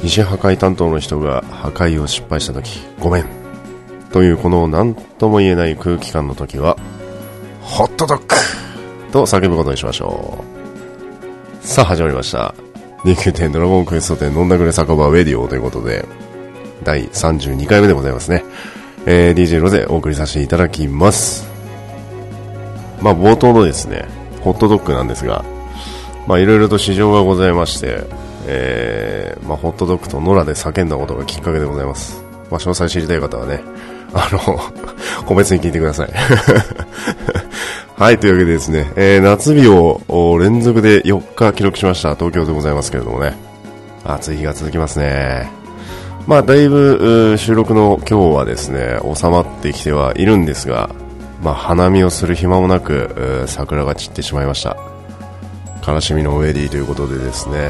石破壊担当の人が破壊を失敗した時ごめんというこの何とも言えない空気感の時はホットドッグと叫ぶことにしましょう。さあ始まりました。DQ10 ドラゴンクエスト10飲んだくれ酒場ウェディオということで第32回目でございますね。DJ ロゼお送りさせていただきます。冒頭のですねホットドッグなんですが、いろいろと事情がございまして、ホットドッグと野良で叫んだことがきっかけでございます。詳細知りたい方はね個別に聞いてくださいはい、というわけでですね、夏日を連続で4日記録しました東京でございますけれどもね、暑い日が続きますね。だいぶ収録の今日はですね収まってきてはいるんですが、花見をする暇もなく桜が散ってしまいました。悲しみのウェディということでですね、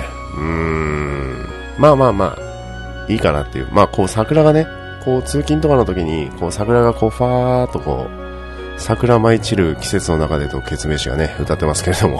いいかなっていう、こう桜がねこう通勤とかの時にこう桜がこうファーっとこう桜舞い散る季節の中でとケツメイシがね歌ってますけれども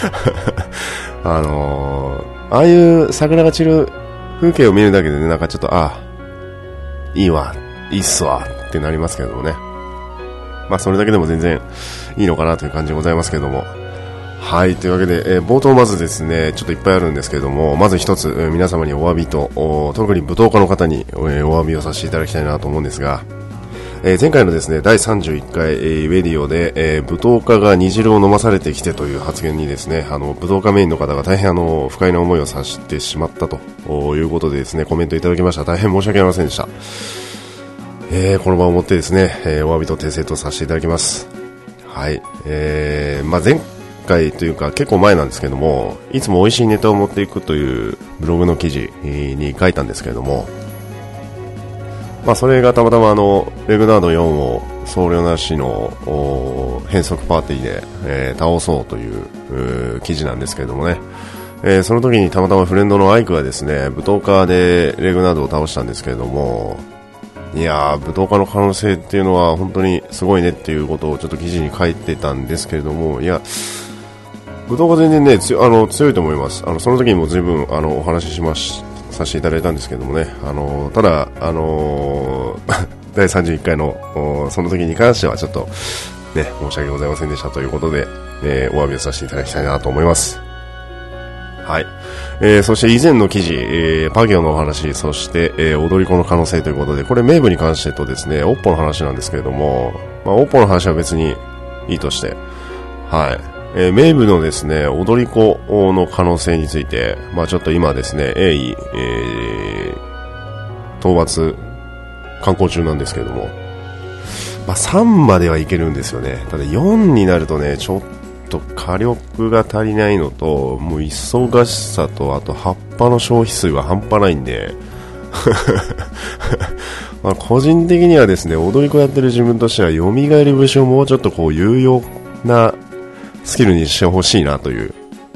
ああいう桜が散る風景を見るだけでね、なんかちょっといいわいいっすわってなりますけれどもね、それだけでも全然いいのかなという感じでございますけれども、はい、というわけで、冒頭まずですねちょっといっぱいあるんですけれども、まず一つ、皆様にお詫びと特に舞踏家の方に、お詫びをさせていただきたいなと思うんですが、前回のですね第31回、ウェディオで、舞踏家が煮汁を飲まされてきてという発言にですね舞踏家メインの方が大変不快な思いをさせてしまったということでですねコメントいただきました。大変申し訳ありませんでした。この場をもってですね、お詫びと訂正とさせていただきます。はい、前回というか結構前なんですけども、いつも美味しいネタを持っていくというブログの記事に書いたんですけれども、それがたまたまレグナード4を僧侶なしの変則パーティーで、倒そうという記事なんですけれどもね、その時にたまたまフレンドのアイクがですね舞踏家でレグナードを倒したんですけれども、いやー舞踏家の可能性っていうのは本当にすごいねっていうことをちょっと記事に書いてたんですけれども、いや舞踏家全然ね強いと思います。その時にも随分お話しさせていただいたんですけどもね、ただ第31回のその時に関してはちょっとね申し訳ございませんでしたということで、お詫びをさせていただきたいなと思います。はい、そして以前の記事、パ行のお話、そして、踊り子の可能性ということで、これ名部に関してとですねおっぽの話なんですけれども、おっぽの話は別にいいとして、はい、名部のですね踊り子の可能性について、ちょっと今ですね鋭意、討伐観光中なんですけれども、3まではいけるんですよね。ただ4になるとねちょっと火力が足りないのと、もう忙しさと、あと葉っぱの消費数が半端ないんで個人的にはですね踊り子やってる自分としては蘇り節をもうちょっとこう有用なスキルにしてほしいなという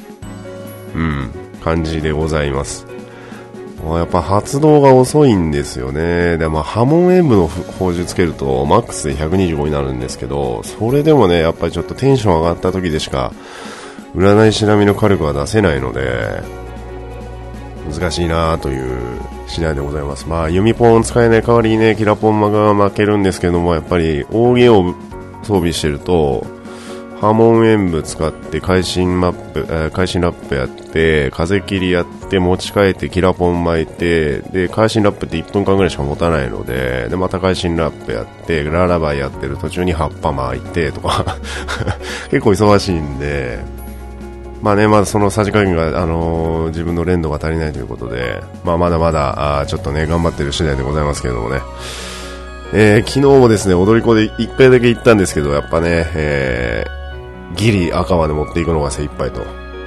感じでございます。やっぱ発動が遅いんですよね。で波紋演武の宝珠つけるとマックスで125になるんですけど、それでもねやっぱりちょっとテンション上がった時でしか占い師並みの火力は出せないので難しいなという次第でございます。弓ポン使えない代わりにねキラポンマが負けるんですけども、やっぱり扇を装備してると波紋演武使って会心ラップやって風切りやって持ち替えてキラポン巻いて、で会心ラップって1分間ぐらいしか持たないので、また会心ラップやってララバイやってる途中に葉っぱ巻いてとか結構忙しいんで、まだそのさじ加減が、自分の連動が足りないということで、まだまだちょっとね頑張ってる次第でございますけれどもね、昨日もですね踊り子で1回だけ行ったんですけど、やっぱね、ギリ赤まで持っていくのが精一杯と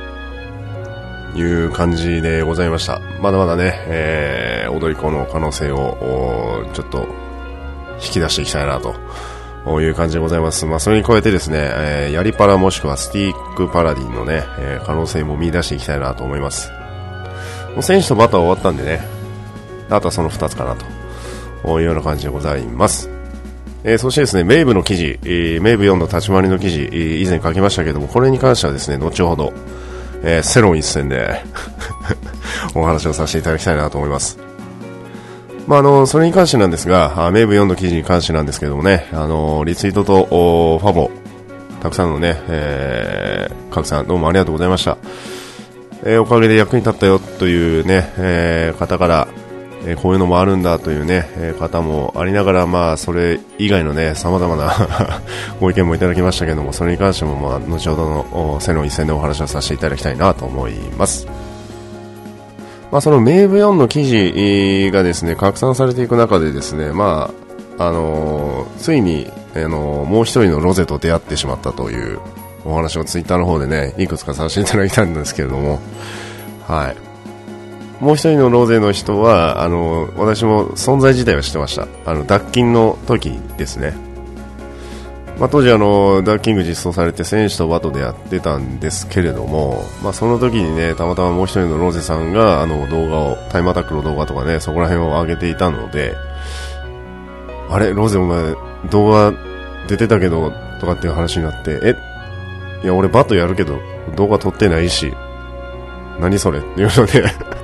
いう感じでございました。まだまだね、踊り子の可能性をちょっと引き出していきたいなという感じでございます。それに加えてですね、ヤリパラもしくはスティックパラディンのね、可能性も見出していきたいなと思います。もう選手とバター終わったんでね、あとはその2つかなというような感じでございます。そしてですねメイブの記事、メイブ4の立ち回りの記事、以前書きましたけども、これに関してはですね後ほど、セロン一戦でお話をさせていただきたいなと思います。それに関してなんですが、名部4の記事に関してなんですけどもね、リツイートとファボ、たくさんのね、拡散どうもありがとうございました。おかげで役に立ったよというね、方から、こういうのもあるんだというね、方もありながら、それ以外のね、様々なご意見もいただきましたけども、それに関しても後ほどの背の一線でお話をさせていただきたいなと思います。その名部4の記事がですね、拡散されていく中でですね、ついに、もう一人のロゼと出会ってしまったというお話をツイッターの方でね、いくつかさせていただいたんですけれども、はい。もう一人のロゼの人は、私も存在自体は知ってました。脱菌の時ですね。当時ダッキング実装されて選手とバトでやってたんですけれども、その時にね、たまたまもう一人のロゼさんが動画を、タイムアタックの動画とかね、そこら辺を上げていたので、あれ、ロゼお前動画出てたけど、とかっていう話になって、いや俺バトやるけど動画撮ってないし、何それっていうので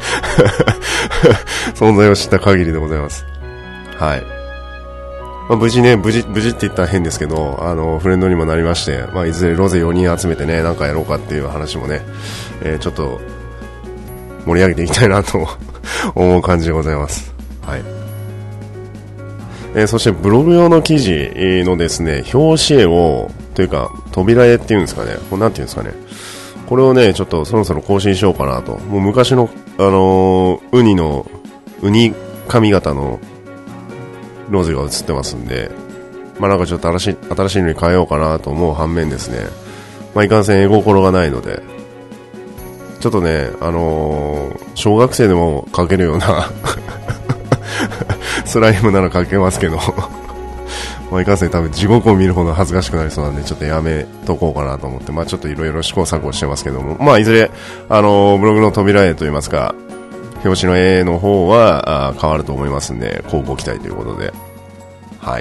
存在を知った限りでございます。はい。無事って言ったら変ですけど、フレンドにもなりまして、いずれロゼ4人集めてね、なんかやろうかっていう話もね、ちょっと盛り上げていきたいなと思う感じでございます。はい。そしてブログ用の記事のですね、表紙絵を、というか、扉絵っていうんですかね、これなんていうんですかね、これをね、ちょっとそろそろ更新しようかなと。もう昔の、ウニ髪型のロゼが映ってますんで、なんかちょっと新しいのに変えようかなと思う反面ですね、いかんせん絵心がないので、ちょっとね、小学生でも描けるようなスライムなら描けますけどいかんせん多分地獄を見るほど恥ずかしくなりそうなんで、ちょっとやめとこうかなと思って、ちょっといろいろ試行錯誤してますけども、いずれ、ブログの扉絵といいますか、表紙の絵の方は変わると思いますんで、交互期待ということで。はい。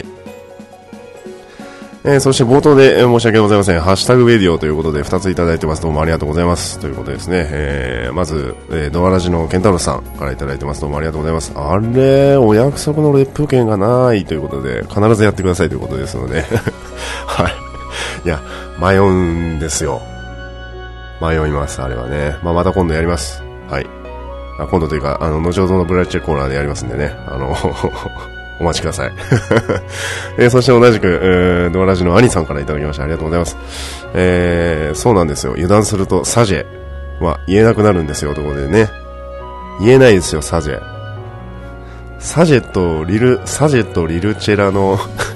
そして冒頭で申し訳ございません。ハッシュタグウェディオということで2ついただいてます。どうもありがとうございます。ということですね。まず、ドアラジのケンタロウさんからいただいてます。どうもありがとうございます。あれ、お約束のレップ券がないということで、必ずやってくださいということですので。はい。いや、迷うんですよ。迷います、あれはね。また今度やります。はい。今度というか、後ほどのブラッチェコーナーでやりますんでね。お待ちください。そして同じく、ドアラジのアニさんからいただきました。ありがとうございます。そうなんですよ。油断するとサジェは言えなくなるんですよ。ということでね。言えないですよ、サジェ。サジェとリルチェラの、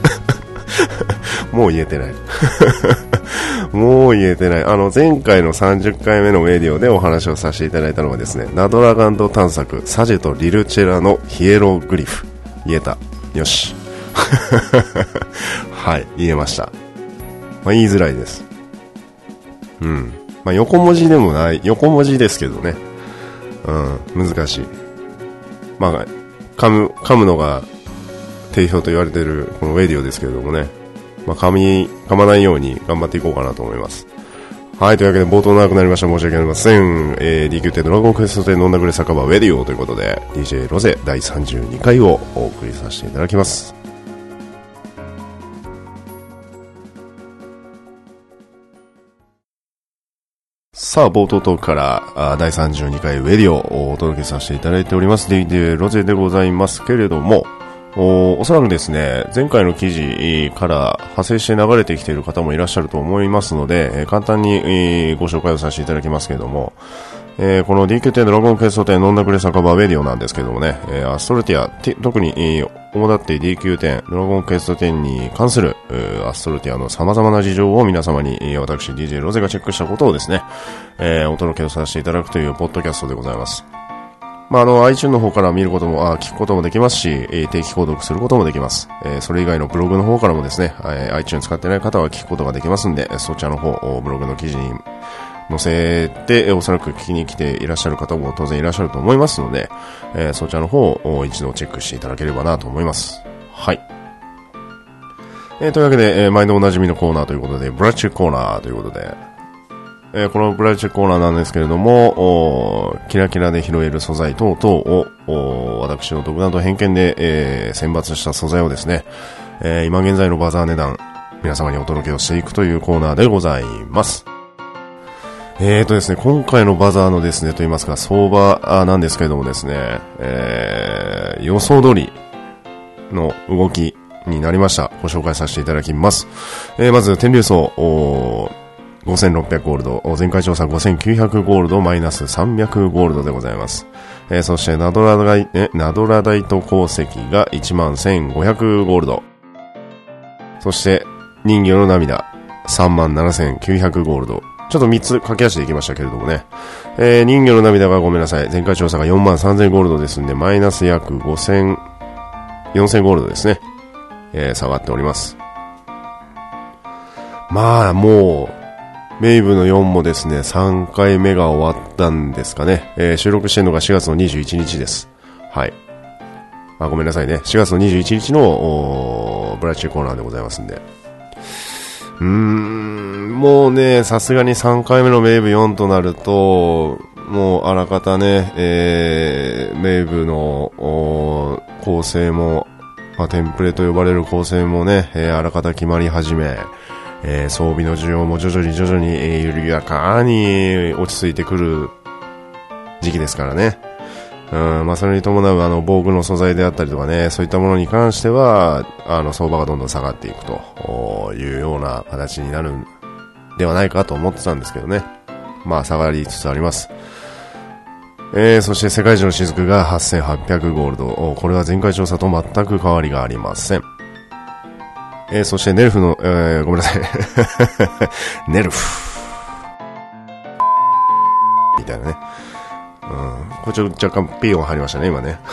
もう言えてない。もう言えてない。前回の30回目のメディオでお話をさせていただいたのがですね、ナドラガンド探索、サジェとリルチェラのヒエログリフ。言えた。よし。はい、言えました。言いづらいです。うん。横文字でもない、横文字ですけどね。うん、難しい。噛むのが定評と言われているこのウェディオですけれどもね。噛まないように頑張っていこうかなと思います。はい、というわけで冒頭長くなりました。申し訳ありません。DQ10 ドラゴンクエスト10飲んだくれ酒場ウェディオということで、DJ ロゼ第32回をお送りさせていただきます。さあ、冒頭トークから第32回ウェディオをお届けさせていただいております。DJ ロゼでございますけれども、おそらくですね、前回の記事から派生して流れてきている方もいらっしゃると思いますので、簡単にご紹介をさせていただきますけれども、この DQ10 ドラゴンクエスト10飲んだくれ酒場ウェディオなんですけどもね、アストルティア、特に主だって DQ10 ドラゴンクエスト10に関するアストルティアの様々な事情を皆様に私 DJ ロゼがチェックしたことをですね、お届けをさせていただくというポッドキャストでございます。iTunes の方から見ることも、聞くこともできますし、定期購読することもできます。それ以外のブログの方からもですね、iTunes 使ってない方は聞くことができますんで、そちらの方、ブログの記事に載せて、おそらく聞きに来ていらっしゃる方も当然いらっしゃると思いますので、そちらの方を一度チェックしていただければなと思います。はい。というわけで、毎度おなじみのコーナーということで、ブラッチコーナーということで、 このプライチェックコーナーなんですけれども、キラキラで拾える素材等々を、私の独断と偏見で、選抜した素材をですね、今現在のバザー値段、皆様にお届けをしていくというコーナーでございます。ですね、今回のバザーのですね、と言いますか、相場なんですけれどもですね、予想通りの動きになりました。ご紹介させていただきます。まず、天竜層、5600ゴールド、前回調査5900ゴールド、マイナス300ゴールドでございます。そして、ナドラダイト鉱石が11500ゴールド。そして、人魚の涙、37900ゴールド。ちょっと3つ駆け足でいきましたけれどもね。人魚の涙がごめんなさい。前回調査が43000ゴールドですんで、マイナス約4000ゴールドですね。下がっております。まあ、もう、メイブの4もですね、3回目が終わったんですかね。収録してるのが4月の21日です。はい。ごめんなさいね。4月の21日のブラッチコーナーでございますんで。もうね、さすがに3回目のメイブ4となると、もうあらかたね、メイブの構成も、テンプレと呼ばれる構成もね、あらかた決まり始め、装備の需要も徐々に、緩やかに落ち着いてくる時期ですからね。それに伴う防具の素材であったりとかね、そういったものに関しては、相場がどんどん下がっていくというような形になるんではないかと思ってたんですけどね。下がりつつあります。そして世界一の雫が8800ゴールド。これは前回調査と全く変わりがありません。そしてネルフの、ごめんなさい。ネルフ。みたいなね。これ若干ピー音入りましたね、今ね。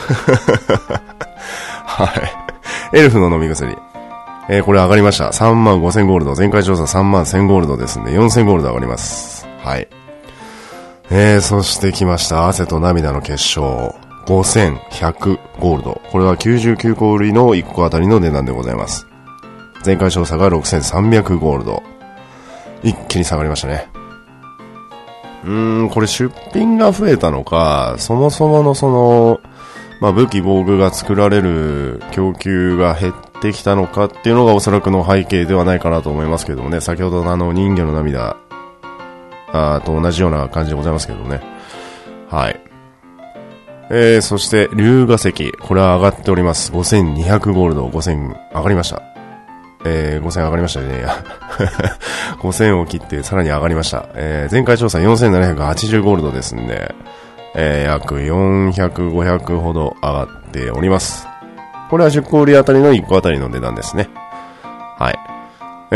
はい。エルフの飲み薬。これ上がりました。35000ゴールド。前回調査31000ゴールドですんで、4000ゴールド上がります。はい。そして来ました。汗と涙の結晶。5100ゴールド。これは99個売りの1個あたりの値段でございます。前回調査が6300ゴールド。一気に下がりましたね。これ出品が増えたのか、そもそもの武器防具が作られる供給が減ってきたのかっていうのがおそらくの背景ではないかなと思いますけどもね。先ほどの人魚の涙と同じような感じでございますけどね。はい。そして龍河石、これは上がっております。5200ゴールド、5000上がりました。5000上がりましたね。5000を切ってさらに上がりました。前回調査4780ゴールドですんで、約400、500ほど上がっております。これは10個売りあたりの1個あたりの値段ですね。はい。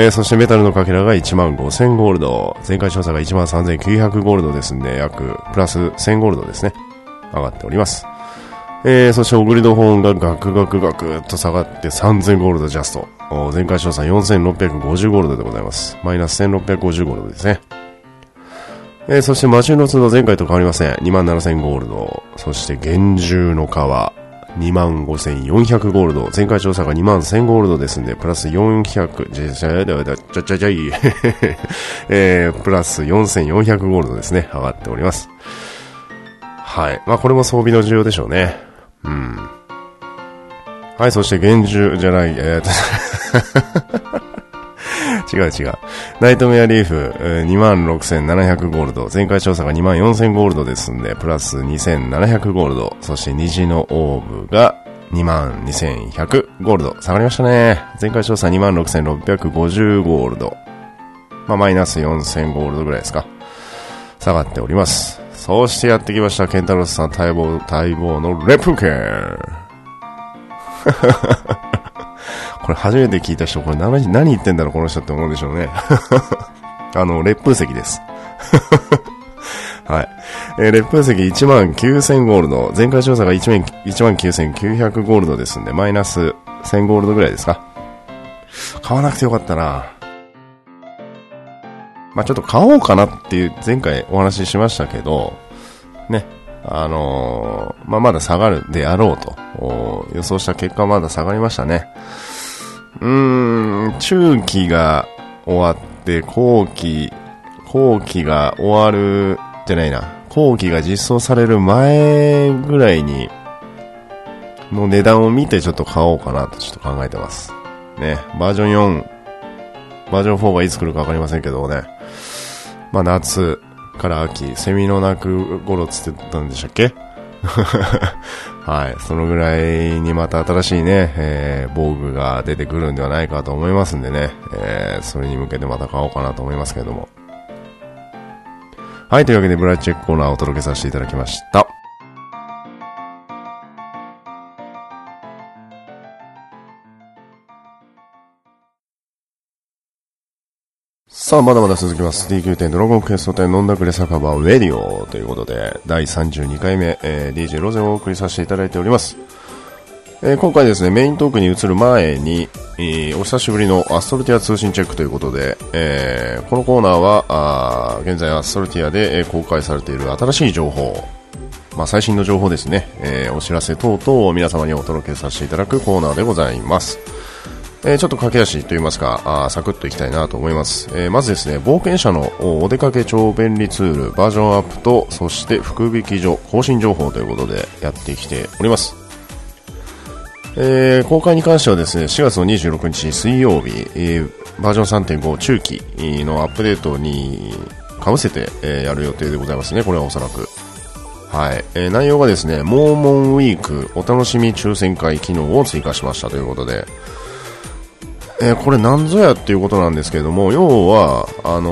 そしてメタルのかけらが15000ゴールド。前回調査が13900ゴールドですんで、約プラス1000ゴールドですね。上がっております。そしてオグリドホーンがガクっと下がって3000ゴールドジャスト。前回調査4650ゴールドでございます。マイナス1650ゴールドですね。そしてマチューの都度前回と変わりません。27000ゴールド。そして厳重の皮。25400ゴールド。前回調査が21000ゴールドですんで、プラス400、プラス4400ゴールドですね。上がっております。はい。これも装備の需要でしょうね。はい、そして厳重じゃない、違う。ナイトメアリーフ、26700ゴールド。前回調査が24000ゴールドですんで、プラス2700ゴールド。そして虹のオーブが22100ゴールド。下がりましたね。前回調査26650ゴールド。マイナス4000ゴールドぐらいですか。下がっております。そうしてやってきました。ケンタロスさん待望のレプケン。これ初めて聞いた人、これ何言ってんだろうこの人って思うでしょうね。烈風石です。はい。烈風石19000ゴールド。前回調査が19900ゴールドですんで、マイナス1000ゴールドぐらいですか。買わなくてよかったな。ちょっと買おうかなっていう前回お話ししましたけど、ね。まだ下がるであろうと予想した結果まだ下がりましたね。中期が終わって後期後期が終わる、じゃないな、後期が実装される前ぐらいに、の値段を見てちょっと買おうかなとちょっと考えてます。ね、バージョン4、バージョン4がいつ来るかわかりませんけどね。まあ夏から秋、セミの鳴く頃つってたんでしたっけはい、そのぐらいにまた新しいね、防具が出てくるんではないかと思いますんでね、それに向けてまた買おうかなと思いますけれども。はい、というわけでブラッチェックコーナーをお届けさせていただきました。さあ、まだまだ続きます。DQ10 ドラゴンクエスト10飲んだくれ酒場ウェディオということで、第32回目、DJ ロゼをお送りさせていただいております。今回ですね、メイントークに移る前に、お久しぶりのアストルティア通信チェックということで、このコーナーは、現在アストルティアで、公開されている新しい情報、まあ、最新の情報ですね、お知らせ等々を皆様にお届けさせていただくコーナーでございます。ちょっと駆け足といいますか、サクッといきたいなと思います。まずですね、冒険者のお出かけ超便利ツールバージョンアップと、そして福引所更新情報ということでやってきております。公開に関してはですね、4月の26日水曜日、バージョン 3.5 中期のアップデートにかぶせて、やる予定でございますね。これはおそらく。はい。内容がですね、モーモンウィークお楽しみ抽選会機能を追加しましたということで、これなんぞやっていうことなんですけれども、要は、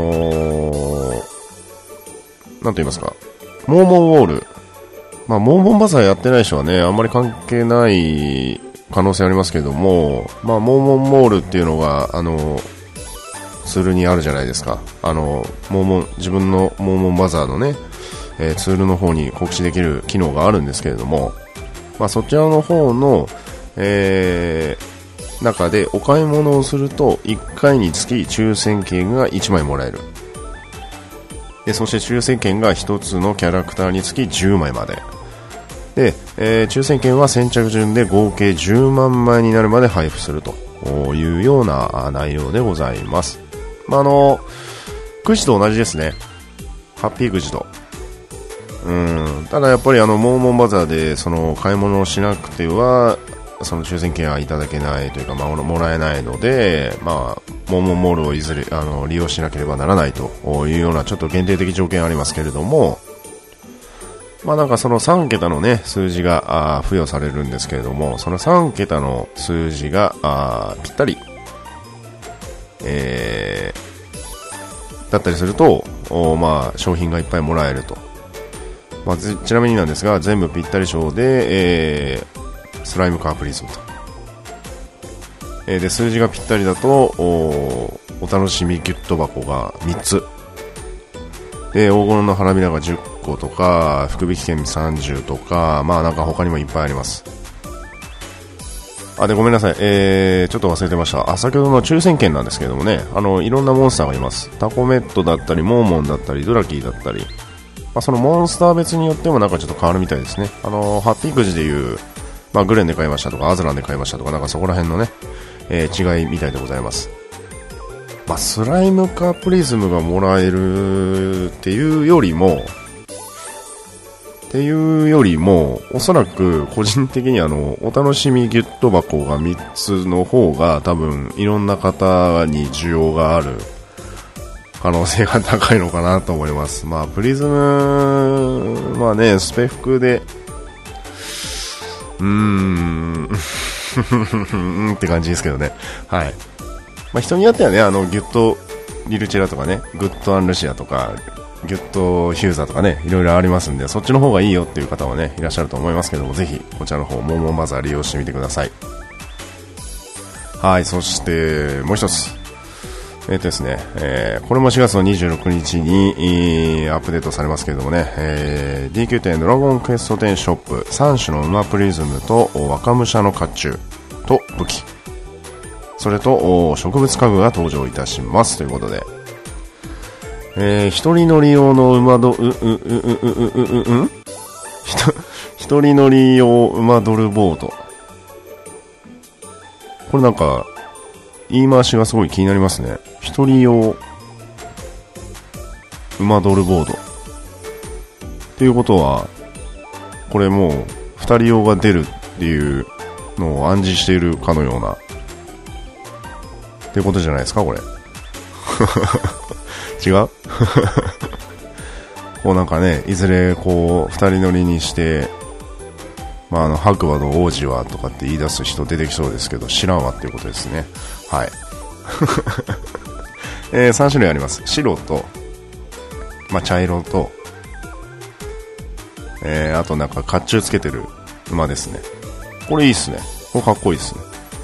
なんと言いますか、モーモンウォール。まあ、モーモンバザーやってない人はね、あんまり関係ない可能性ありますけれども、まあ、モーモンモールっていうのが、ツールにあるじゃないですか。自分のモーモンバザーのね、ツールの方に告知できる機能があるんですけれども、まあ、そちらの方の、中でお買い物をすると1回につき抽選券が1枚もらえる。で、そして抽選券が1つのキャラクターにつき10枚まで。で、抽選券は先着順で合計10万枚になるまで配布するというような内容でございます。まあ、くじと同じですね。ハッピーくじと。ただやっぱりモーモンバザーでその買い物をしなくてはその抽選券はいただけないというか、まあ、もらえないので、まあ、モーモンモールをいずれ利用しなければならないというようなちょっと限定的条件ありますけれども、まあなんかその3桁のね数字が付与されるんですけれども、その3桁の数字がぴったり、だったりするとまあ商品がいっぱいもらえると。まあ、ちなみになんですが、全部ぴったり賞で、スライムカープリズムと、で数字がぴったりだと お楽しみギュット箱が3つで、黄金の花びらが10個とか、福引券30とか、まあなんか他にもいっぱいあります。でごめんなさい、ちょっと忘れてました。先ほどの抽選券なんですけどもね、いろんなモンスターがいます。タコメットだったりモーモンだったりドラキーだったり、まあ、そのモンスター別によってもなんかちょっと変わるみたいですね。ハッピーくじでいうまあ、グレンで買いましたとかアズランで買いましたとか、なんかそこら辺のね、違いみたいでございます。まあ、スライムカプリズムがもらえるっていうよりもおそらく個人的にお楽しみギュット箱が3つの方が多分いろんな方に需要がある可能性が高いのかなと思います。まあ、プリズムまあね、スペ服でって感じですけどね。はい。まあ、人によってはね、ギュッとリルチェラとかね、グッドアンルシアとか、ギュッとヒューザーとかね、いろいろありますんで、そっちの方がいいよっていう方はね、いらっしゃると思いますけども、ぜひ、こちらの方、モーモンバザー利用してみてください。はい、そして、もう一つ。ですね、これも4月の26日に、アップデートされますけれどもね、DQ10 ドラゴンクエスト10ショップ3種の馬プリズムと若武者の甲冑と武器、それと植物家具が登場いたしますということで、一人乗り用の一人乗り用馬ドルボート、これなんか言い回しがすごい気になりますね。一人用馬ドルボードっていうことは、これもう2人用が出るっていうのを暗示しているかのようなってことじゃないですか、これ。違うこうなんかね、いずれこう2人乗りにして、白馬の王子はとかって言い出す人出てきそうですけど、知らんわっていうことですね。はい。3種類あります。白と、茶色と、あとなんか甲冑つけてる馬ですね。これいいっすね。これかっこいいっすね。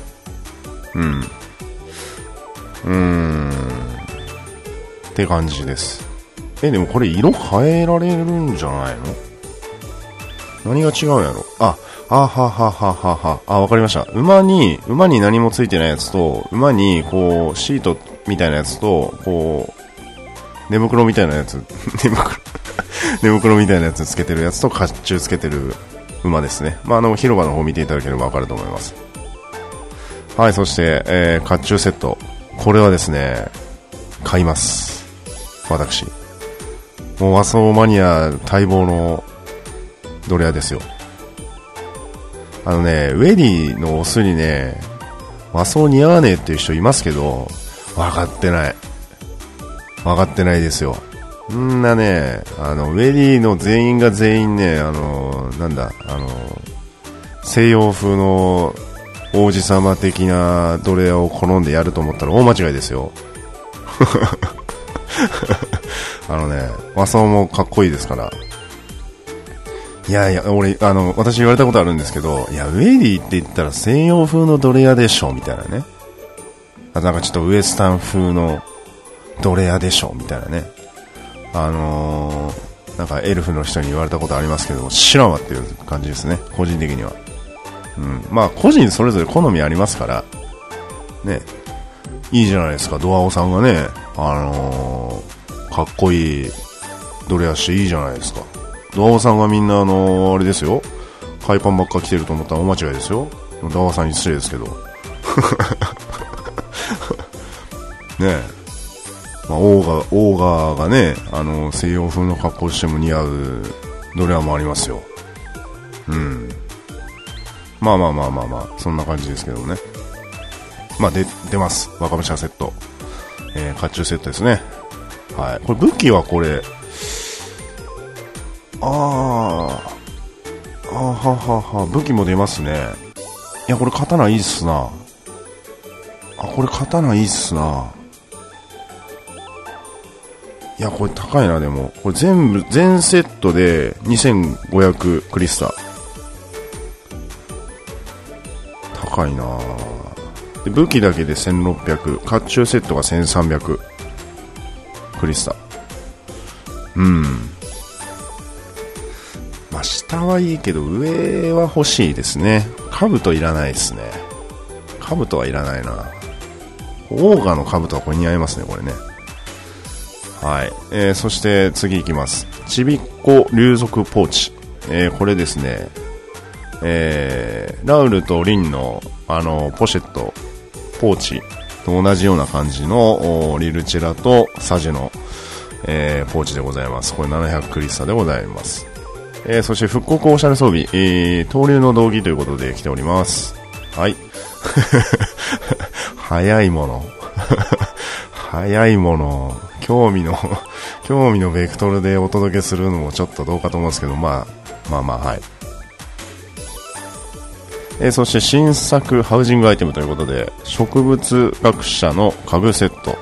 って感じです。でもこれ色変えられるんじゃないの？何が違うんやろ？わかりました。馬に何もついてないやつと、馬にこうシートみたいなやつと、こう寝袋みたいなやつ寝袋みたいなやつつけてるやつと甲冑つけてる馬ですね。広場の方見ていただければわかると思います。はい、そして、甲冑セット。これはですね、買います。私。もう和装マニア待望のドレアですよ。ウェディのオスにね、和装似合わねえっていう人いますけど、分かってないですよ。んなね、ウェディの全員が全員ね、西洋風の王子様的なドレアを好んでやると思ったら大間違いですよ。和装もかっこいいですから。いや、私言われたことあるんですけど、いや、ウェディって言ったら西洋風のドレアでしょみたいなね。あとなんかちょっとウエスタン風のドレアでしょみたいなね。なんかエルフの人に言われたことありますけど、知らんわっていう感じですね、個人的には。個人それぞれ好みありますからね。いいじゃないですか、ドアオさんがね、かっこいいドレアしていいじゃないですか。ドアオさんがみんなあれですよ、海パンばっか着てると思ったら大間違いですよ。ドアオさんに失礼ですけど。ねえ、オーガーがね、西洋風の格好しても似合うドレアもありますよ。そんな感じですけどね。出ます。若武者セット。甲冑セットですね。はい。これ武器はこれ、武器も出ますね。いや、これ刀いいっすな。これ刀いいっすな。いや、これ高いな。でもこれ全セットで2500クリスタ。高いな。で武器だけで1600、甲冑セットが1300クリスタ。下はいいけど上は欲しいですね。兜いらないですね。兜はいらないな。オーガの兜はこれ似合いますね、これね。はい。そして次いきます。ちびっこ流属ポーチ。これですね、ラウルとリンのポシェットポーチと同じような感じのリルチェラとサジの、ポーチでございます。これ700クリスタでございます。そして復刻おしゃれ装備、闘竜の道着ということで来ております。はい。早いもの。興味のベクトルでお届けするのもちょっとどうかと思うんですけど、はい。そして新作ハウジングアイテムということで、植物学者の家具セット。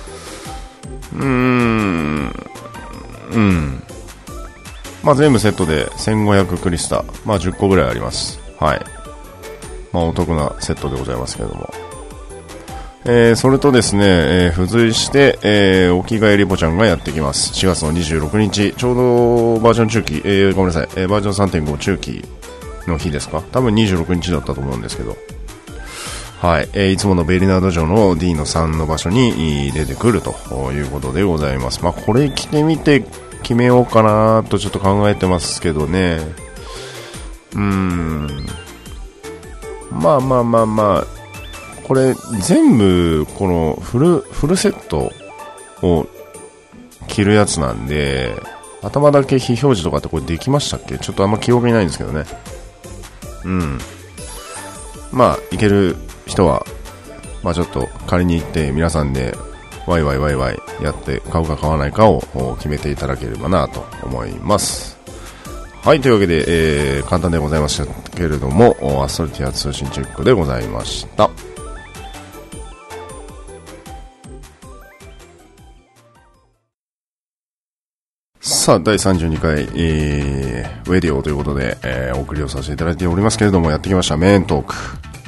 全部セットで1500クリスタ。10個ぐらいあります。はい。お得なセットでございますけれども。それとですね、付随して、お着替えリポちゃんがやってきます。4月の26日、ちょうどバージョン中期、ごめんなさい、バージョン 3.5 中期の日ですか。多分26日だったと思うんですけど。はい。いつものベリナード城の D の3の場所に出てくるということでございます。これ着てみて決めようかなとちょっと考えてますけどね。これ全部このフルセットを着るやつなんで、頭だけ非表示とかってこれできましたっけ？ちょっとあんま記憶にないんですけどね。まあいける人はまあちょっと借りに行って皆さんでワイワイやって買うか買わないかを決めていただければなと思います。はい、というわけで、簡単でございましたけれども、アストルティア通信チェックでございました。さあ、第32回、ウェディオということで、お送りをさせていただいておりますけれども、やってきましたメイントーク。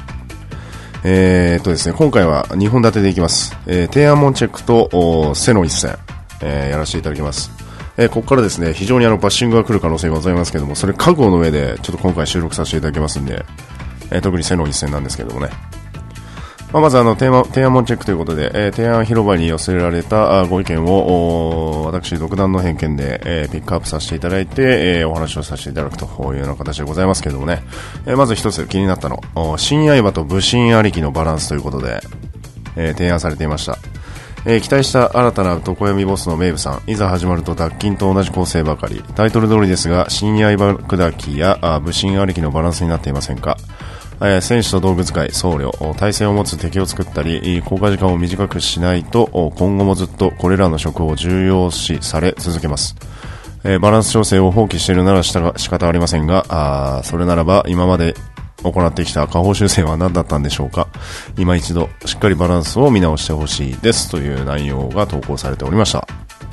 ですね、今回は2本立てでいきます。天安門チェックと背の一戦、やらせていただきます。ここからですね、非常にバッシングが来る可能性がございますけども、それ覚悟の上でちょっと今回収録させていただきますんで、特に背の一戦なんですけどもね。まず天安門チェックということで、天安広場に寄せられたご意見を私独断の偏見で、ピックアップさせていただいて、お話をさせていただくというような形でございますけどもね。まず一つ気になったの、新刃と武神ありきのバランスということで、提案されていました。期待した新たな常闇ボスのメイブさん、いざ始まると脱菌と同じ構成ばかり。タイトル通りですが、新刃砕きや武神ありきのバランスになっていませんか？戦士と道具使い、僧侶、耐性を持つ敵を作ったり、効果時間を短くしないと、今後もずっとこれらの職を重要視され続けます。バランス調整を放棄しているなら仕方ありませんが、それならば今まで行ってきた下方修正は何だったんでしょうか。今一度しっかりバランスを見直してほしいですという内容が投稿されておりました。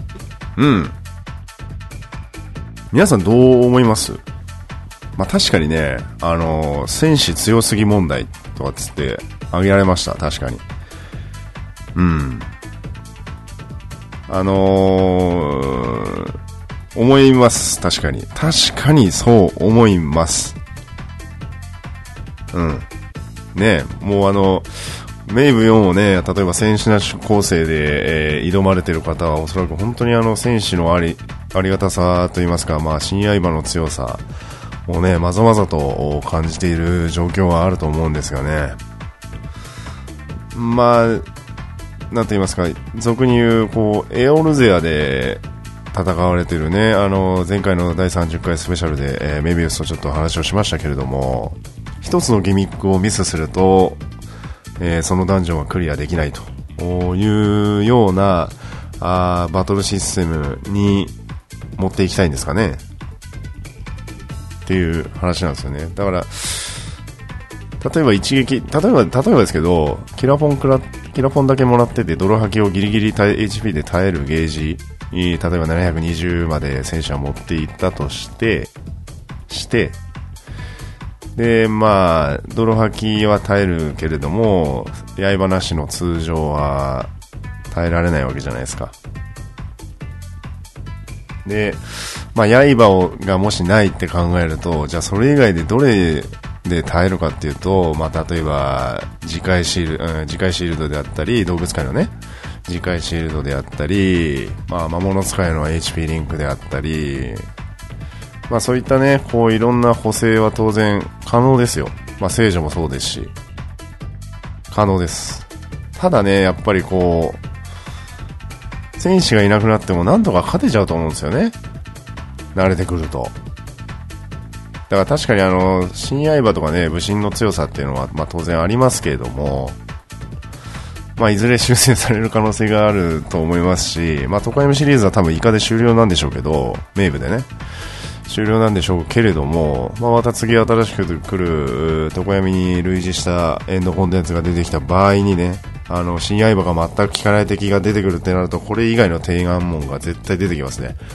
皆さんどう思います？まあ確かにね、戦士強すぎ問題とかつって挙げられました。確かに。思います。確かにそう思います。ねえ、もうメイブ4をね、例えば戦士なし構成で、挑まれている方はおそらく本当に戦士のありがたさといいますか、まあ新刃の強さをね、まざまざと感じている状況はあると思うんですがね。まあ、なんと言いますか、俗に言う、エオルゼアで戦われているね、前回の第30回スペシャルで、メビウスとちょっと話をしましたけれども、一つのギミックをミスすると、そのダンジョンはクリアできないというようなバトルシステムに持っていきたいんですかねっていう話なんですよね。だから例えば一撃、例えばですけど、キラポンだけもらってて泥吐きをギリギリHP で耐えるゲージに例えば720まで戦車を持っていったとしてで、まあ泥吐きは耐えるけれども刃なしの通常は耐えられないわけじゃないですか。で、まあ刃がもしないって考えると、じゃあそれ以外でどれで耐えるかっていうと、まあ例えば磁界シールドであったり、動物界のね磁界シールドであったり、まあ魔物使いの HP リンクであったり、まあそういったね、いろんな補正は当然可能ですよ。まあ聖女もそうですし可能です。ただね、やっぱり戦士がいなくなってもなんとか勝てちゃうと思うんですよね、慣れてくると。だから確かに新刃とかね、武神の強さっていうのはまあ当然ありますけれども、まあいずれ修正される可能性があると思いますし、まあ常闇シリーズは多分イカで終了なんでしょうけど、メイブでね終了なんでしょうけれども、まあまた次新しく来る常闇に類似したエンドコンテンツが出てきた場合にね、新刃が全く効かない敵が出てくるってなると、これ以外の天安門が絶対出てきますね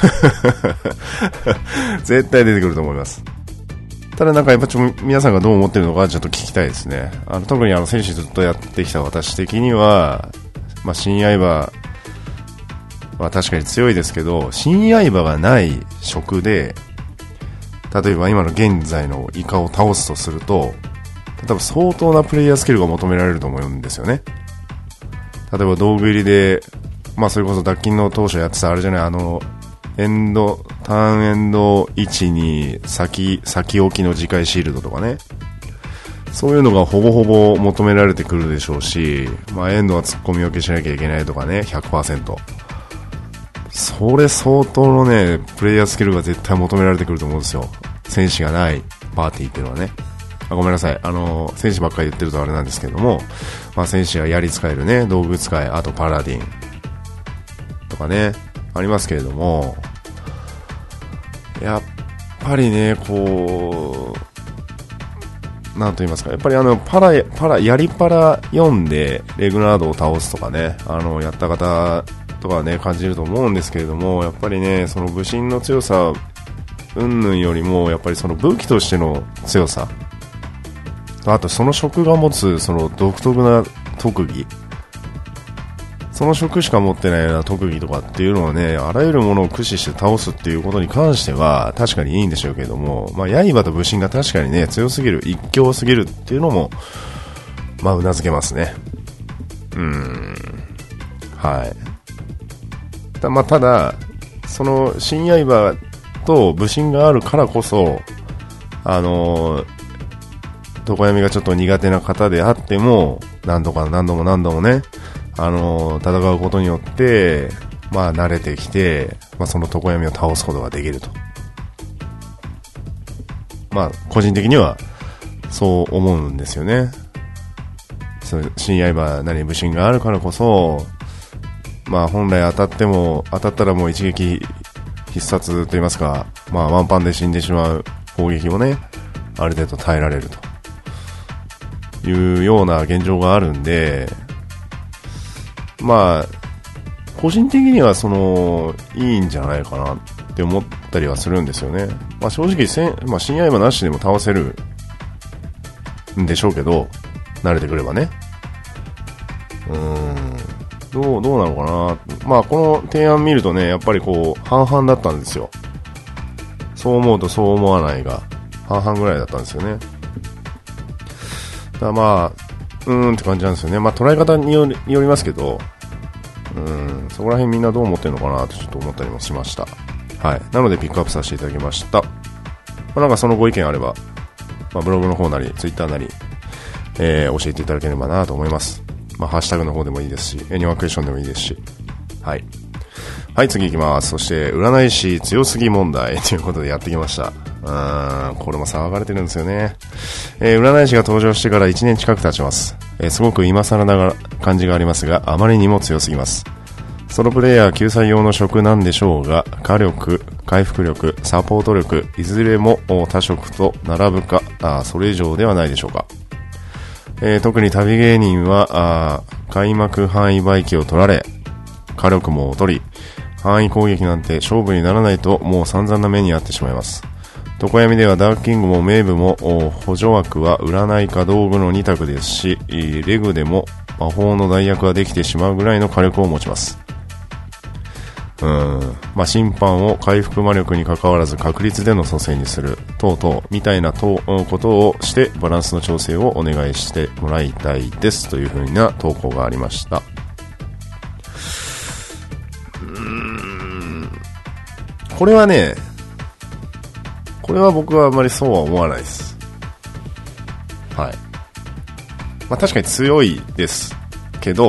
絶対出てくると思います。ただなんかやっぱ皆さんがどう思ってるのかちょっと聞きたいですね。特に戦士ずっとやってきた私的には、まあ新刃は確かに強いですけど、新刃がない職で例えば今の現在のイカを倒すとすると、多分相当なプレイヤースキルが求められると思うんですよね。例えば道具入りで、まあそれこそ脱菌の当初やってたあれじゃない、ターンエンド1に先置きの磁界シールドとかね、そういうのがほぼほぼ求められてくるでしょうし、まあエンドは突っ込み受けしなきゃいけないとかね、100%。 それ相当のね、プレイヤースキルが絶対求められてくると思うんですよ。戦士がないパーティーっていうのはね。ごめんなさい。戦士ばっかり言ってるとあれなんですけども、戦士が槍使えるね、道具使い、あとパラディンとかね、ありますけれども、やっぱりね、なんと言いますか、やっぱり槍パラ読んでレグナードを倒すとかね、やった方とかね、感じると思うんですけれども、やっぱりね、その武神の強さ、云々よりも、やっぱりその武器としての強さ、あとその職が持つその独特な特技、その職しか持ってないような特技とかっていうのはね、あらゆるものを駆使して倒すっていうことに関しては確かにいいんでしょうけれども、刃と武神が確かにね、強すぎる、一強すぎるっていうのもうなずけますね。はい。ただその新刃と武神があるからこそ、常闇がちょっと苦手な方であっても、何度もね、戦うことによって、慣れてきて、その常闇を倒すことができると。個人的には、そう思うんですよね。新刃なり武神があるからこそ、本来当たったらもう一撃必殺と言いますか、ワンパンで死んでしまう攻撃をね、ある程度耐えられるというような現状があるんで、個人的にはいいんじゃないかなって思ったりはするんですよね。正直新刃なしでも倒せるんでしょうけど、慣れてくればね。どうなのかな。この提案見るとね、やっぱり半々だったんですよ。そう思うとそう思わないが半々ぐらいだったんですよね。だからって感じなんですよね。捉え方によりますけど、そこら辺みんなどう思ってるのかなってちょっと思ったりもしました。はい。なのでピックアップさせていただきました。なんかそのご意見あれば、ブログの方なりツイッターなり、教えていただければなと思います。ハッシュタグの方でもいいですし、エニワークエスチョンでもいいですし。はい。はい、次行きます。そして、占い師強すぎ問題ということでやってきました。これも騒がれてるんですよね。占い師が登場してから1年近く経ちます。すごく今更な感じがありますが、あまりにも強すぎます。ソロプレイヤー救済用の職なんでしょうが、火力、回復力、サポート力、いずれも他職と並ぶか、それ以上ではないでしょうか。特に旅芸人は開幕範囲倍機を取られ、火力も取り、範囲攻撃なんて勝負にならないともう散々な目に遭ってしまいます。常闇ではダークキングもメイブも補助枠は占いか道具の2択ですし、レグでも魔法の代役ができてしまうぐらいの火力を持ちます。審判を回復魔力に関わらず確率での蘇生にする等々みたいなことをしてバランスの調整をお願いしてもらいたいですという風な投稿がありました。これは僕はあまりそうは思わないです。はい。確かに強いですけど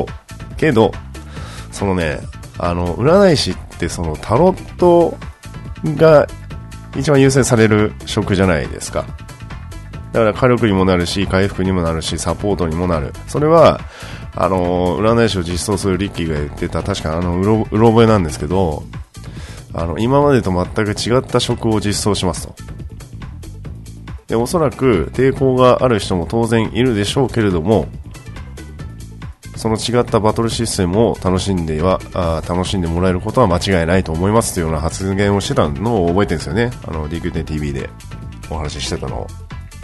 占い師ってタロットが一番優先される職じゃないですか。だから火力にもなるし、回復にもなるし、サポートにもなる。それは占い師を実装するリッキーが言ってた確かうろ覚えなんですけど、今までと全く違った職を実装しますと。で、おそらく抵抗がある人も当然いるでしょうけれども、その違ったバトルシステムを楽しんでもらえることは間違いないと思いますというような発言をしてたのを覚えてるんですよね。DQ10 TV でお話ししてたのを。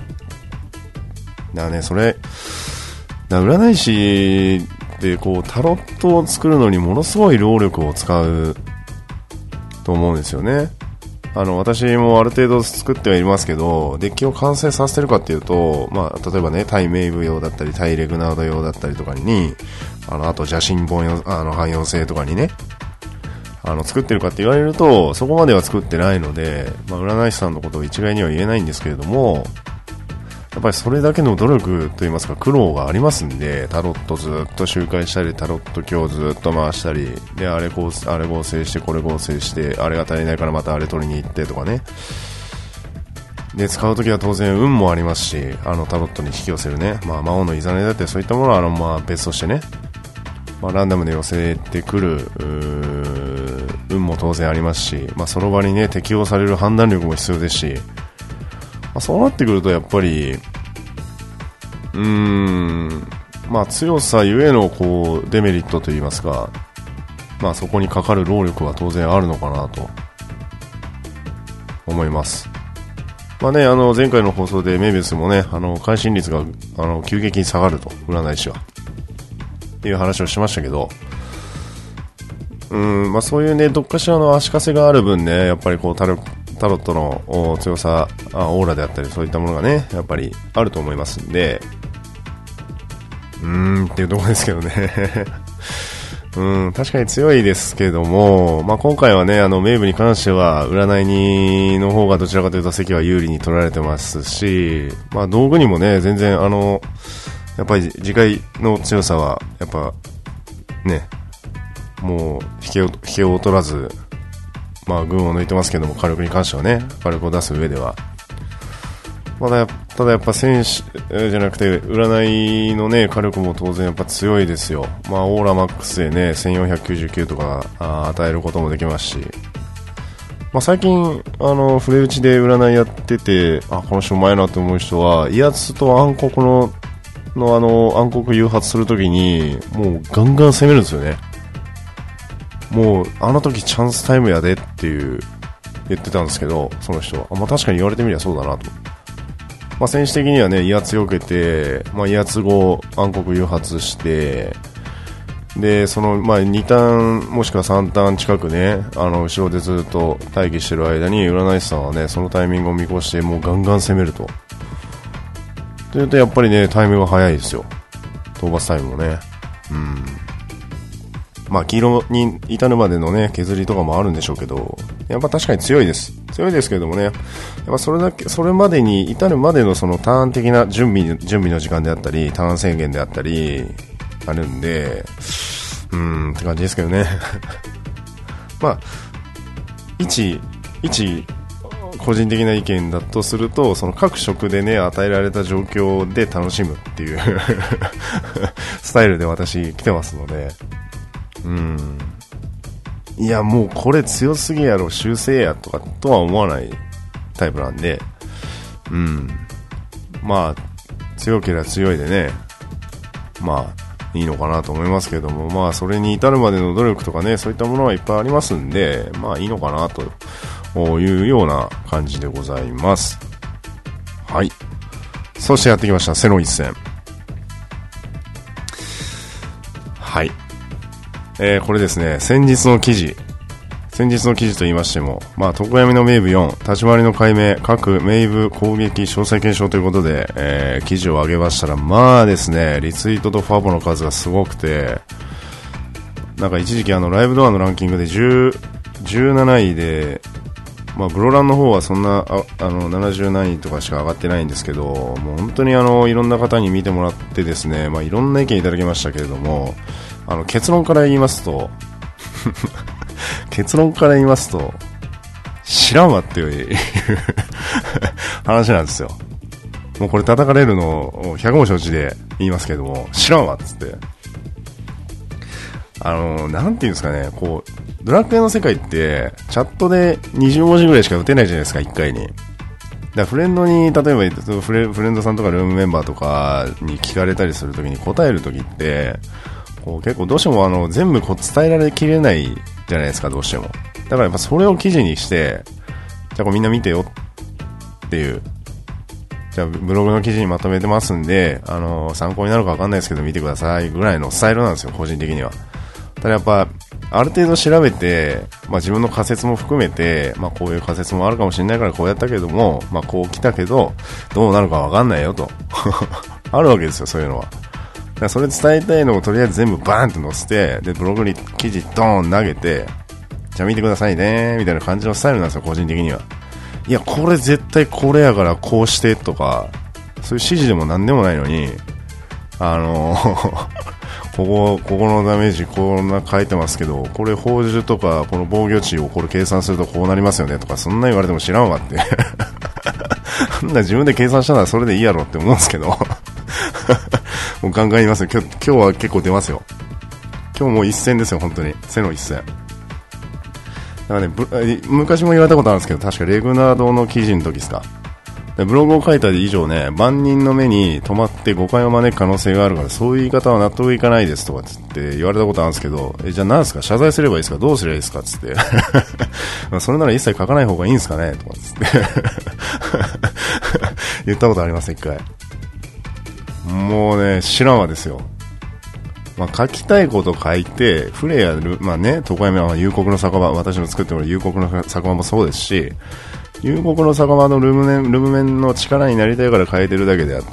だからね、占い師ってタロットを作るのにものすごい労力を使うと思うんですよね。私もある程度作ってはいますけど、デッキを完成させてるかっていうと、例えばね、対メイブ用だったり、対レグナード用だったりとかに、あと邪神本用、汎用性とかにね、作ってるかって言われると、そこまでは作ってないので、占い師さんのことを一概には言えないんですけれども、 やっぱりそれだけの努力といいますか苦労がありますんで、タロットずっと周回したり、タロット今日ずっと回したりで、あれ合成してこれ合成して、あれが足りないからまたあれ取りに行ってとかね。で使うときは当然運もありますし、タロットに引き寄せるね、魔王のいざねだってそういったものは別としてね、ランダムで寄せてくる運も当然ありますし、その場にね適用される判断力も必要ですし、そうなってくるとやっぱり強さゆえのデメリットといいますか、そこにかかる労力は当然あるのかなと思います。前回の放送でメビウスもね、会心率が急激に下がると、占い師はっていう話をしましたけど、そういうね、どっかしらの足かせがある分ね、やっぱりタロットの強さ、オーラであったり、そういったものがね、やっぱりあると思いますんで、っていうところですけどね。確かに強いですけども、今回はね、メイブに関しては、占いの方がどちらかというと席は有利に取られてますし、道具にもね、全然やっぱり次回の強さは、やっぱ、ね、もう、引けを取らず、群を抜いてますけども、火力に関してはね、火力を出す上では。ただやっぱ戦士じゃなくて、占いのね、火力も当然やっぱ強いですよ。オーラマックスでね、1499とか与えることもできますし、最近、触れ打ちで占いやってて、この人うまいなと思う人は、威圧と暗黒の暗黒誘発するときに、もうガンガン攻めるんですよね。もう、あの時チャンスタイムやでって言ってたんですけど、その人は。確かに言われてみりゃそうだなと。戦士的にはね、威圧を受けて、威圧後、暗黒誘発して、で、その、2ターン、もしくは3ターン近くね、後ろでずっと待機してる間に、占い師さんはね、そのタイミングを見越して、もうガンガン攻めると。というと、やっぱりね、タイミングが早いですよ。討伐タイムもね。黄色に至るまでのね、削りとかもあるんでしょうけど、やっぱ確かに強いです。強いですけれどもね、やっぱそれまでに至るまでのそのターン的な準備の時間であったり、ターン制限であったり、あるんで、って感じですけどね。一個人的な意見だとすると、その各職でね、与えられた状況で楽しむっていうスタイルで私来てますので、いやもうこれ強すぎやろ修正やとは思わないタイプなんで、強ければ強いでね、いいのかなと思いますけども、それに至るまでの努力とかね、そういったものはいっぱいありますんで、いいのかなというような感じでございます。はい。そしてやってきましたセロ一戦。はい。これですね、先日の記事と言いましても、常闇の名部4、立ち回りの解明、各名部攻撃詳細検証ということで、記事を上げましたら、ですね、リツイートとファボの数がすごくて、一時期ライブドアのランキングで17位で、ブロランの方はそんな、70何位とかしか上がってないんですけど、もう本当にいろんな方に見てもらってですね、いろんな意見いただきましたけれども、結論から言いますと知らんわっていう話なんですよ。もうこれ叩かれるのを100も承知で言いますけども、知らんわっつって、なんていうんですかね、ドラクエの世界ってチャットで20文字ぐらいしか打てないじゃないですか、1回に。だからフレンドに、例えばフレンドさんとかルームメンバーとかに聞かれたりするときに答えるときって、結構どうしても全部伝えられきれないじゃないですか、どうしても。だからやっぱそれを記事にして、じゃあみんな見てよっていう、じゃあブログの記事にまとめてますんで、参考になるかわかんないですけど見てくださいぐらいのスタイルなんですよ、個人的には。ただやっぱある程度調べて、自分の仮説も含めて、こういう仮説もあるかもしれないからこうやったけども、こう来たけどどうなるかわかんないよとあるわけですよ、そういうのは。だからそれ伝えたいのをとりあえず全部バーンと載せて、でブログに記事ドーン投げて、じゃあ見てくださいねみたいな感じのスタイルなんですよ、個人的には。いやこれ絶対これやからこうしてとか、 そういう指示でも何でもないのに、ここのダメージこんな書いてますけど、これ宝珠とかこの防御値をこれ計算するとこうなりますよねとか、そんな言われても知らんわってそんな自分で計算したらそれでいいやろって思うんですけどもうガンガン言いますよ。今日は結構出ますよ。今日もう一戦ですよ、本当に背の一戦だからね。昔も言われたことあるんですけど、確かレグナードの記事の時ですか、ブログを書いた以上ね、万人の目に留まって誤解を招く可能性があるから、そういう言い方は納得いかないですとかつって言われたことあるんですけど、じゃあ何ですか、謝罪すればいいですか、どうすればいいですかつってそれなら一切書かない方がいいんですかねとかつって言ったことあります、一回。もうね、知らんわですよ。書きたいこと書いて、フレア、常闇は夕刻の酒場、私の作ってもらう夕刻の酒場もそうですし、夕刻の酒場のルムメンの力になりたいから変えてるだけであって、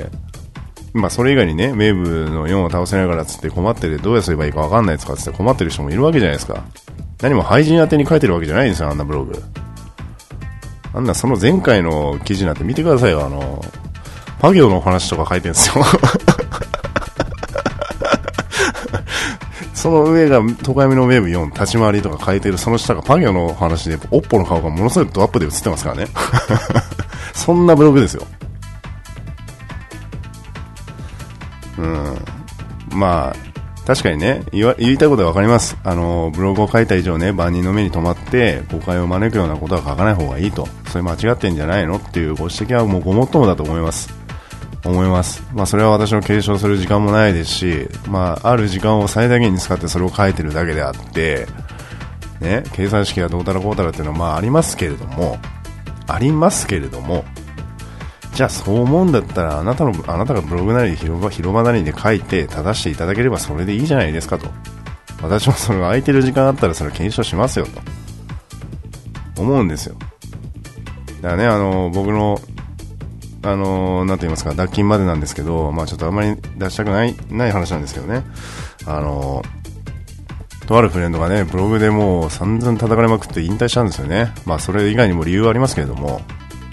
それ以外にね、メイブの4を倒せないからつって困ってて、どうやすればいいか分かんないとかつって困ってる人もいるわけじゃないですか。何も廃人宛てに書いてるわけじゃないんですよ、あんなブログ。あんなその前回の記事なんて見てくださいよ、パ行の話とか書いてるんですよその上が常闇のウェーブ4立ち回りとか書いてる、その下がパ行の話でオッポの顔がものすごいドアップで映ってますからねそんなブログですよ。確かにね、言いたいことは分かります。ブログを書いた以上ね、万人の目に留まって誤解を招くようなことは書かない方がいいと、それ間違ってんじゃないのっていうご指摘はもうごもっともだと思います。それは私の継承する時間もないですし、ある時間を最大限に使ってそれを書いてるだけであって、ね、計算式がどうたらこうたらっていうのはありますけれども、じゃあそう思うんだったらあなたがブログなり広場なりで書いて正していただければそれでいいじゃないですかと。私もそれが空いてる時間あったらそれを検証しますよと思うんですよ。だからね、僕のなんて言いますか、脱菌までなんですけど、ちょっとあんまり出したくない話なんですけどね、とあるフレンドがね、ブログでもう散々叩かれまくって引退したんですよね。それ以外にも理由はありますけれども、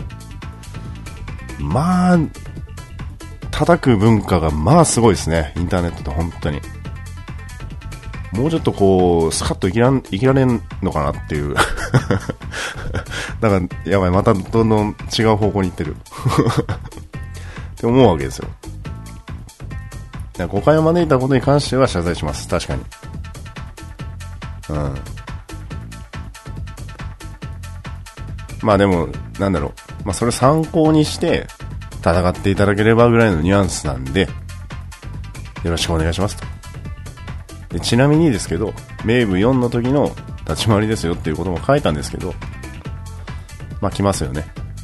叩く文化がすごいですね、インターネットって本当に。もうちょっとスカッと生きられんのかなっていうだからやばい、またどんどん違う方向に行ってるって思うわけですよ。誤解を招いたことに関しては謝罪します、確かに。でもなんだろう、それを参考にして戦っていただければぐらいのニュアンスなんで、よろしくお願いしますと。でちなみにですけど、メイブ4の時の立ち回りですよっていうことも書いたんですけど、来ますよね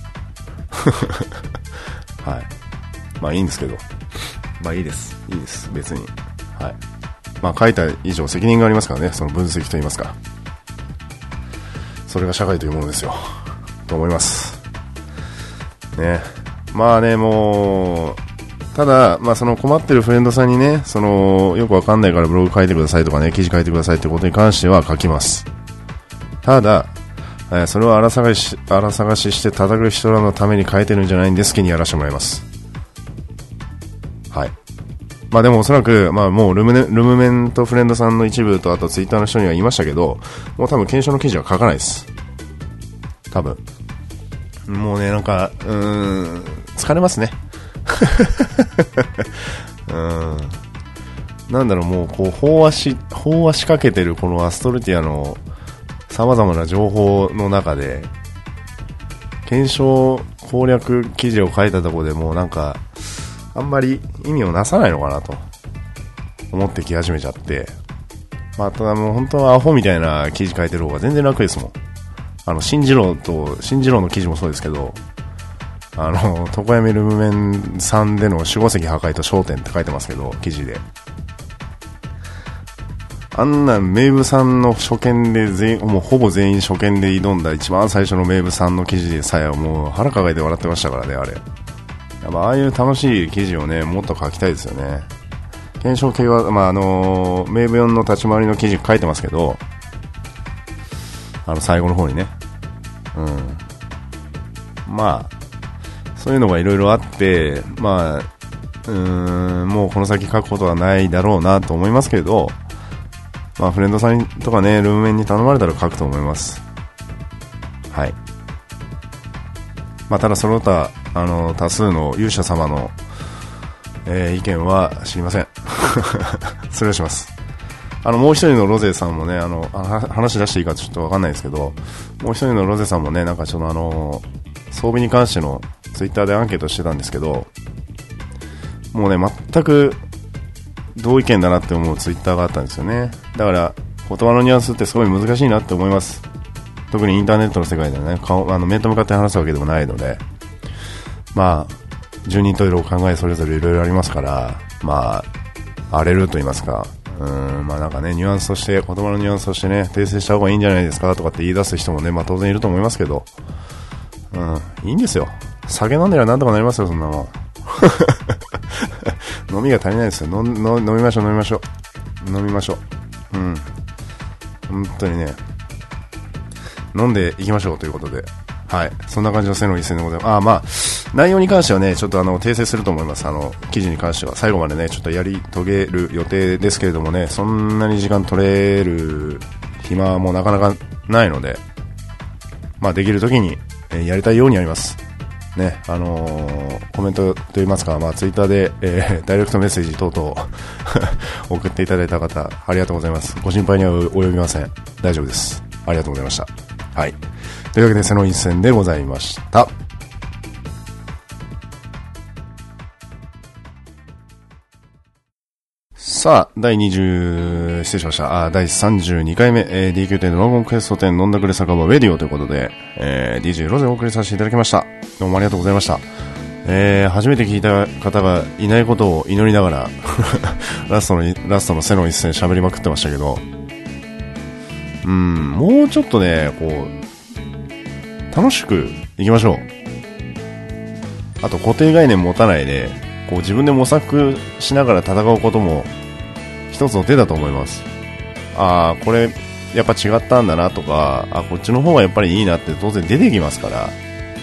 はい、いいんですけど、いいです別に。書いた以上責任がありますからね、その分析といいますか、それが社会というものですよと思いますね。もうただ、その困ってるフレンドさんにね、よくわかんないからブログ書いてくださいとかね、記事書いてくださいってことに関しては書きます。ただ、それを荒探しして叩く人らのために書いてるんじゃないんです、気にやらせてもらいます。はい。でもおそらく、もうルムメンとフレンドさんの一部と、あとツイッターの人には言いましたけど、もう多分検証の記事は書かないです。多分。もうね、疲れますね。なんだろう、もう飽和しかけてるこのアストルティアの様々な情報の中で、検証攻略記事を書いたところでもうあんまり意味をなさないのかなと思ってき始めちゃって、ただもう本当はアホみたいな記事書いてる方が全然楽ですもん。新次郎の記事もそうですけど、常闇ルムメンさんでの守護石破壊と焦点って書いてますけど、記事で。あんなメイブさんの初見でもうほぼ全員初見で挑んだ一番最初のメイブさんの記事でさえもう腹抱えて笑ってましたからね、あれ。やっぱああいう楽しい記事をね、もっと書きたいですよね。検証系は、メイブ4の立ち回りの記事書いてますけど、最後の方にね。 そういうのがいろいろあって、まあ、もうこの先書くことはないだろうなと思いますけど、まあ、フレンドさんとかね、ルームメンに頼まれたら書くと思います。はい。まあ、ただその他、多数の勇者様の、意見は知りません。それをします。もう一人のロゼさんもね、話出していいかちょっとわかんないですけど、もう一人のロゼさんもね、なんかちょっと装備に関してのツイッターでアンケートしてたんですけど、もうね、全く同意見だなって思うツイッターがあったんですよね。だから、言葉のニュアンスってすごい難しいなって思います。特にインターネットの世界ではね、面と向かって話すわけでもないので、まあ、十人十色考えそれぞれいろいろありますから、まあ、荒れると言いますか、まあなんかね、ニュアンスとして、言葉のニュアンスとしてね、訂正した方がいいんじゃないですかとかって言い出す人もね、まあ当然いると思いますけど、いいんですよ。酒飲んでりゃなんとかなりますよ、そんなもん。飲みが足りないですよ。飲みましょう。本当にね、飲んでいきましょうということで、はい、そんな感じの背の一戦でございます。まあ、内容に関してはね、ちょっと訂正すると思います。記事に関しては最後までね、ちょっとやり遂げる予定ですけれどもね、そんなに時間取れる暇もなかなかないので、まあできる時に、やりたいようにやります。ね、コメントといいますか、まあツイッターで、ダイレクトメッセージ等々送っていただいた方、ありがとうございます。ご心配には及びません。大丈夫です。ありがとうございました。はい。というわけで、背の一戦でございました。さあ、第32回目、DQ 店ドラゴンクエスト店飲んだくれ酒場ウェディオということで、DJ ロゼをお送りさせていただきました。どうもありがとうございました。初めて聞いた方がいないことを祈りながら、ラストの背の一戦喋りまくってましたけど、もうちょっとね、こう、楽しくいきましょう。あと固定概念持たないで、こう自分で模索しながら戦うことも一つの手だと思います。これやっぱ違ったんだなとか、こっちの方がやっぱりいいなって当然出てきますから、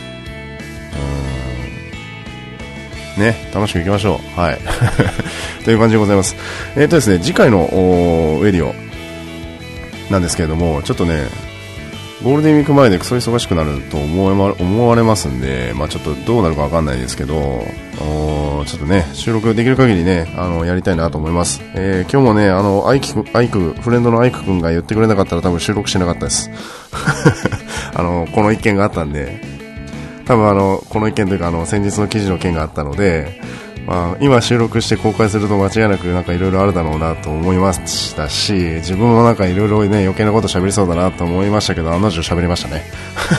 ね、楽しくいきましょう。はい。という感じでございます。ですね、次回のウェディオなんですけれども、ちょっとね、ゴールデンウィーク前でクソ忙しくなると思われますんで、まあちょっとどうなるかわかんないですけど、ちょっとね、収録できる限りね、やりたいなと思います。今日もね、フレンドのアイクくんが言ってくれなかったら多分収録しなかったです。この一件があったんで、多分この一件というか先日の記事の件があったので、まあ、今収録して公開すると間違いなくなんかいろいろあるだろうなと思いましたし、自分もなんかいろいろね余計なこと喋りそうだなと思いましたけど、案の定喋りましたね。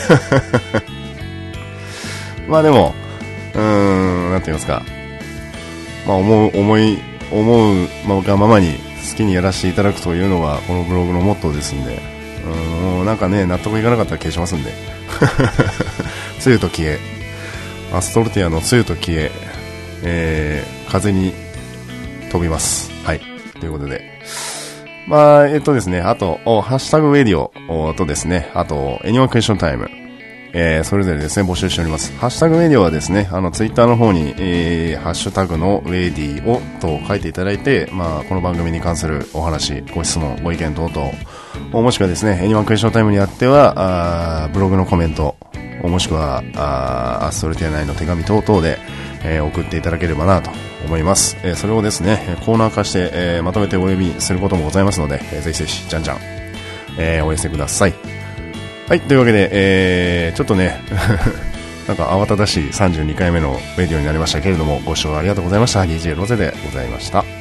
まあでも、なんて言いますか、まあ思うがままに好きにやらせていただくというのがこのブログのモットーですんで、もうなんかね納得いかなかったら消しますんで。つゆと消え、アストルティアのつゆと消え、風に飛びます。はい。ということで。まあ、ですね、あと、ハッシュタグウェディオとですね、あと、エニワンクエスチョンタイム、それぞれですね、募集しております。ハッシュタグウェディオはですね、ツイッターの方に、ハッシュタグのウェディオと書いていただいて、まあ、この番組に関するお話、ご質問、ご意見等々、もしくはですね、エニワンクエスチョンタイムにあっては、ブログのコメント、もしくはアストルティア内の手紙等々で、送っていただければなと思います。それをですね、コーナー化して、まとめてお呼びすることもございますので、ぜひぜひじゃんじゃん、お寄せください。はい、というわけで、ちょっとねなんか慌ただしい32回目のメディオになりましたけれども、ご視聴ありがとうございました。DJ ロゼでございました。